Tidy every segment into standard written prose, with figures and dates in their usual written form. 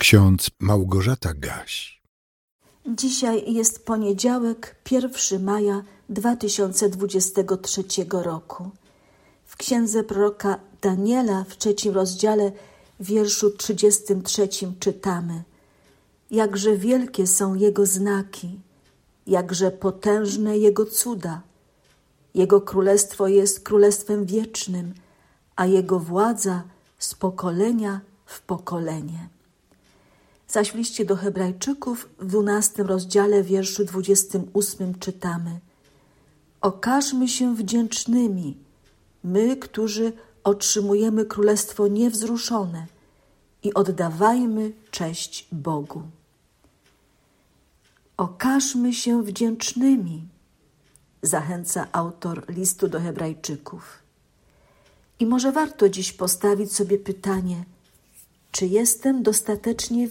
Ksiądz Małgorzata Gaś. Dzisiaj jest poniedziałek, 1 maja 2023 roku. W księdze proroka Daniela w 3 rozdziale, wierszu 33 czytamy: Jakże wielkie są Jego znaki, jakże potężne Jego cuda. Jego królestwo jest królestwem wiecznym, a Jego władza z pokolenia w pokolenie. Zaś w liście do Hebrajczyków w 12 rozdziale, wierszu 28 czytamy: Okażmy się wdzięcznymi, my, którzy otrzymujemy królestwo niewzruszone, i oddawajmy cześć Bogu. Okażmy się wdzięcznymi, zachęca autor listu do Hebrajczyków. I może warto dziś postawić sobie pytanie, czy jestem dostatecznie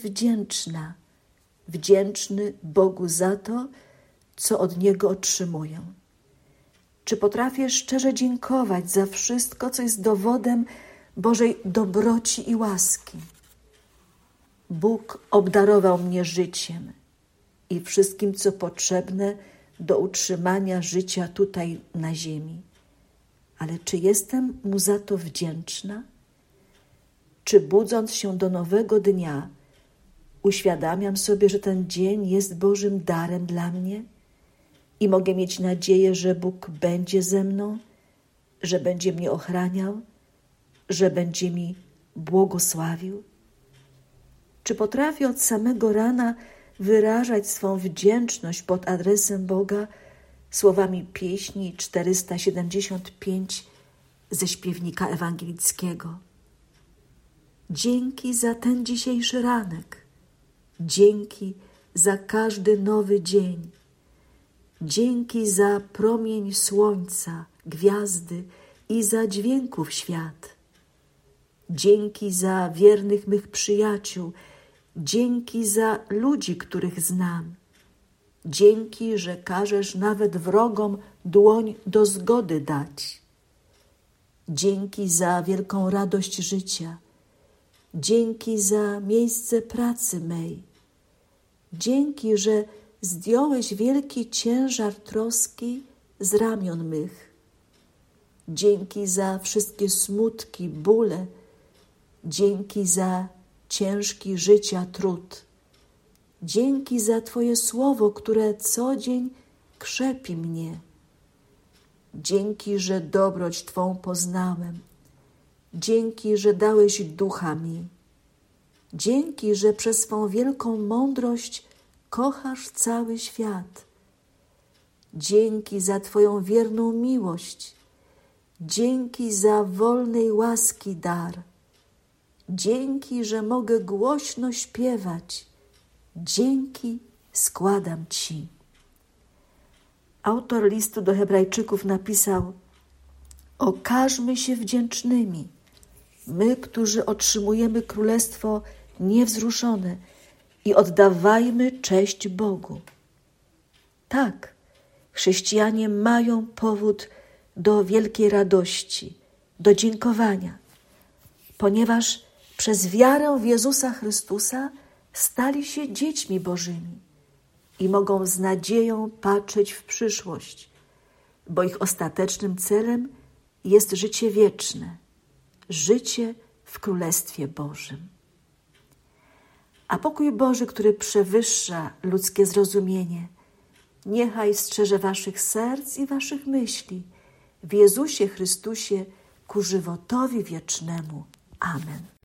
wdzięczny Bogu za to, co od Niego otrzymuję? Czy potrafię szczerze dziękować za wszystko, co jest dowodem Bożej dobroci i łaski? Bóg obdarował mnie życiem i wszystkim, co potrzebne do utrzymania życia tutaj na ziemi. Ale czy jestem Mu za to wdzięczna? Czy budząc się do nowego dnia, uświadamiam sobie, że ten dzień jest Bożym darem dla mnie i mogę mieć nadzieję, że Bóg będzie ze mną, że będzie mnie ochraniał, że będzie mi błogosławił? Czy potrafię od samego rana wyrażać swą wdzięczność pod adresem Boga słowami pieśni 475 ze śpiewnika ewangelickiego? Dzięki za ten dzisiejszy ranek, dzięki za każdy nowy dzień, dzięki za promień słońca, gwiazdy i za dźwięków świat, dzięki za wiernych mych przyjaciół, dzięki za ludzi, których znam, dzięki, że każesz nawet wrogom dłoń do zgody dać, dzięki za wielką radość życia, dzięki za miejsce pracy mej. Dzięki, że zdjąłeś wielki ciężar troski z ramion mych. Dzięki za wszystkie smutki, bóle. Dzięki za ciężki życia trud. Dzięki za Twoje słowo, które co dzień krzepi mnie. Dzięki, że dobroć Twą poznałem. Dzięki, że dałeś ducha mi. Dzięki, że przez swą wielką mądrość kochasz cały świat. Dzięki za Twoją wierną miłość. Dzięki za wolnej łaski dar. Dzięki, że mogę głośno śpiewać. Dzięki składam Ci. Autor listu do Hebrajczyków napisał: Okażmy się wdzięcznymi, my, którzy otrzymujemy królestwo niewzruszone, i oddawajmy cześć Bogu. Tak, chrześcijanie mają powód do wielkiej radości, do dziękowania, ponieważ przez wiarę w Jezusa Chrystusa stali się dziećmi Bożymi i mogą z nadzieją patrzeć w przyszłość, bo ich ostatecznym celem jest życie wieczne, życie w Królestwie Bożym. A pokój Boży, który przewyższa ludzkie zrozumienie, niechaj strzeże waszych serc i waszych myśli w Jezusie Chrystusie ku żywotowi wiecznemu. Amen.